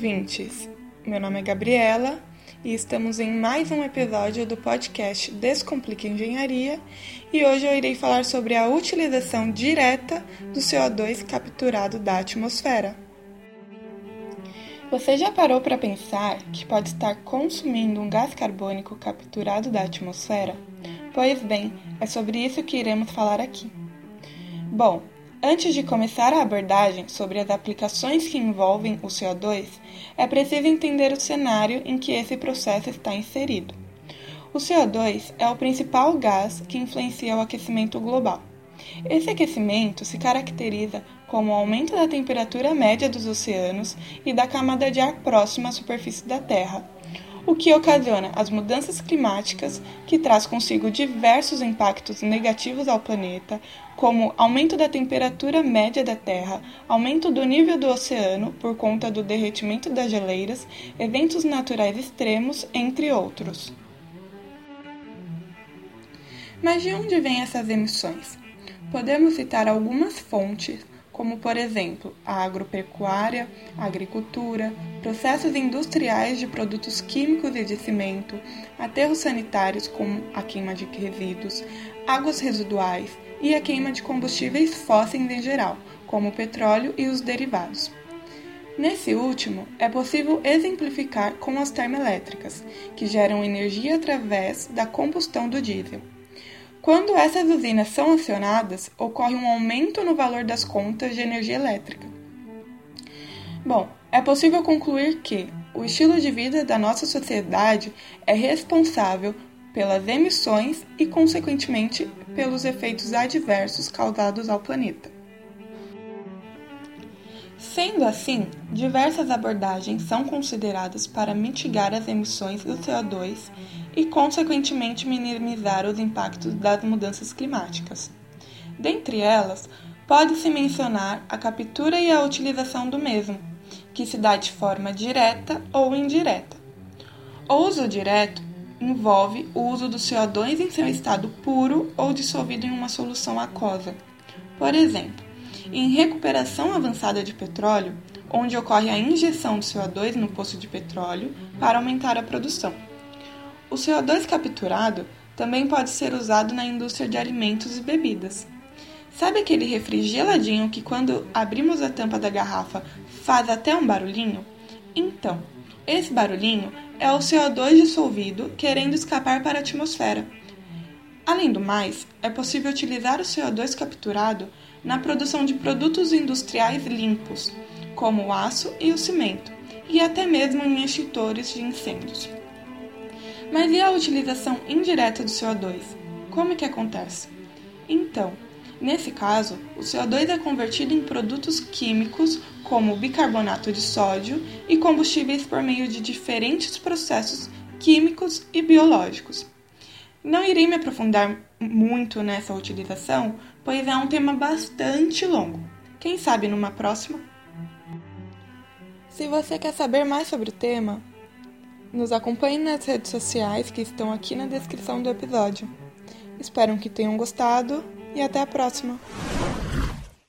ouvintes! Meu nome é Gabriela e estamos em mais um episódio do podcast Descomplica Engenharia e hoje eu irei falar sobre a utilização direta do CO2 capturado da atmosfera. Você já parou para pensar que pode estar consumindo um gás carbônico capturado da atmosfera? Pois bem, é sobre isso que iremos falar aqui. Bom, antes de começar a abordagem sobre as aplicações que envolvem o CO2, é preciso entender o cenário em que esse processo está inserido. O CO2 é o principal gás que influencia o aquecimento global. Esse aquecimento se caracteriza como o aumento da temperatura média dos oceanos e da camada de ar próxima à superfície da Terra, o que ocasiona as mudanças climáticas, que traz consigo diversos impactos negativos ao planeta, como aumento da temperatura média da Terra, aumento do nível do oceano por conta do derretimento das geleiras, eventos naturais extremos, entre outros. Mas de onde vêm essas emissões? Podemos citar algumas fontes, como, por exemplo, a agropecuária, a agricultura, processos industriais de produtos químicos e de cimento, aterros sanitários como a queima de resíduos, águas residuais e a queima de combustíveis fósseis em geral, como o petróleo e os derivados. Nesse último, é possível exemplificar com as termoelétricas, que geram energia através da combustão do diesel. Quando essas usinas são acionadas, ocorre um aumento no valor das contas de energia elétrica. Bom, é possível concluir que o estilo de vida da nossa sociedade é responsável pelas emissões e, consequentemente, pelos efeitos adversos causados ao planeta. Sendo assim, diversas abordagens são consideradas para mitigar as emissões do CO2 e, consequentemente, minimizar os impactos das mudanças climáticas. Dentre elas, pode-se mencionar a captura e a utilização do mesmo, que se dá de forma direta ou indireta. O uso direto envolve o uso do CO2 em seu estado puro ou dissolvido em uma solução aquosa. Por exemplo, em recuperação avançada de petróleo, onde ocorre a injeção de CO2 no poço de petróleo para aumentar a produção. O CO2 capturado também pode ser usado na indústria de alimentos e bebidas. Sabe aquele refri geladinho que, quando abrimos a tampa da garrafa, faz até um barulhinho? Então, esse barulhinho é o CO2 dissolvido querendo escapar para a atmosfera. Além do mais, é possível utilizar o CO2 capturado na produção de produtos industriais limpos, como o aço e o cimento, e até mesmo em extintores de incêndios. Mas e a utilização indireta do CO2? Como que acontece? Então, nesse caso, o CO2 é convertido em produtos químicos, como o bicarbonato de sódio, e combustíveis por meio de diferentes processos químicos e biológicos. Não irei me aprofundar muito nessa utilização, pois é um tema bastante longo. Quem sabe numa próxima? Se você quer saber mais sobre o tema, nos acompanhe nas redes sociais que estão aqui na descrição do episódio. Espero que tenham gostado e até a próxima!